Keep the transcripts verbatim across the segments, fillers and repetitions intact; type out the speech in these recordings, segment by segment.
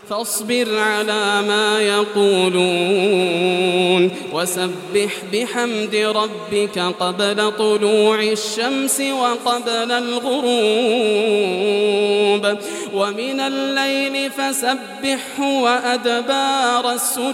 فاصبر على ما يقولون وسبح بحمد ربك قبل طلوع الشمس وقبل الغروب ومن الليل فسبحه وأدبار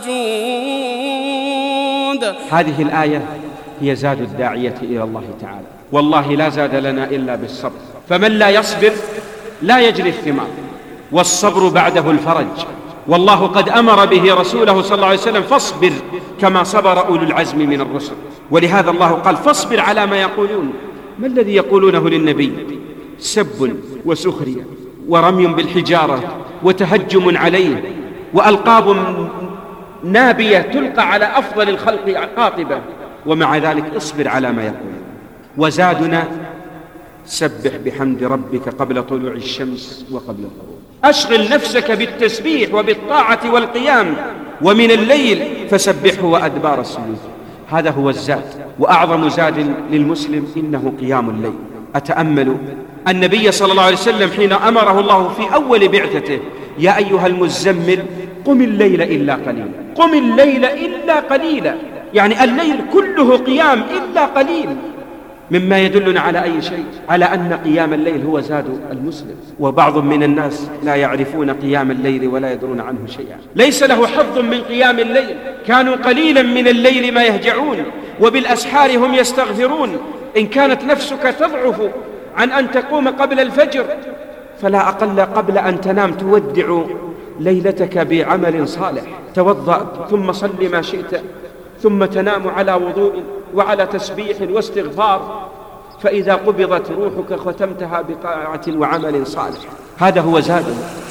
السجود. هذه الآية هي زاد الداعية إلى الله تعالى، والله لا زاد لنا إلا بالصبر، فمن لا يصبر لا يجري الثمار، والصبر بعده الفرج، والله قد أمر به رسوله صلى الله عليه وسلم فاصبر كما صبر أولو العزم من الرسل. ولهذا الله قال فاصبر على ما يقولون. ما الذي يقولونه للنبي؟ سب وسخرية ورمي بالحجارة وتهجم عليه وألقاب نابية تلقى على أفضل الخلق قاطبة، ومع ذلك اصبر على ما يقولون. وزادنا سبح بحمد ربك قبل طلوع الشمس وقبل الغروب. أشغل نفسك بالتسبيح وبالطاعة والقيام، ومن الليل فسبحه وأدبار السجود. هذا هو الزاد، وأعظم زاد للمسلم إنه قيام الليل. أتأمل النبي صلى الله عليه وسلم حين أمره الله في أول بعثته يا أيها المزمل قم الليل إلا قليلا، قم الليل إلا قليلا، يعني الليل كله قيام إلا قليل، مما يدلنا على أي شيء؟ على أن قيام الليل هو زاد المسلم. وبعض من الناس لا يعرفون قيام الليل ولا يدرون عنه شيئا، ليس له حظ من قيام الليل، كانوا قليلا من الليل ما يهجعون وبالأسحار هم يستغفرون. إن كانت نفسك تضعف عن أن تقوم قبل الفجر فلا أقل قبل أن تنام تودع ليلتك بعمل صالح، توضأ ثم صل ما شئت، ثم تنام على وضوء وعلى تسبيح واستغفار، فإذا قبضت روحك ختمتها بطاعة وعمل صالح. هذا هو زادنا.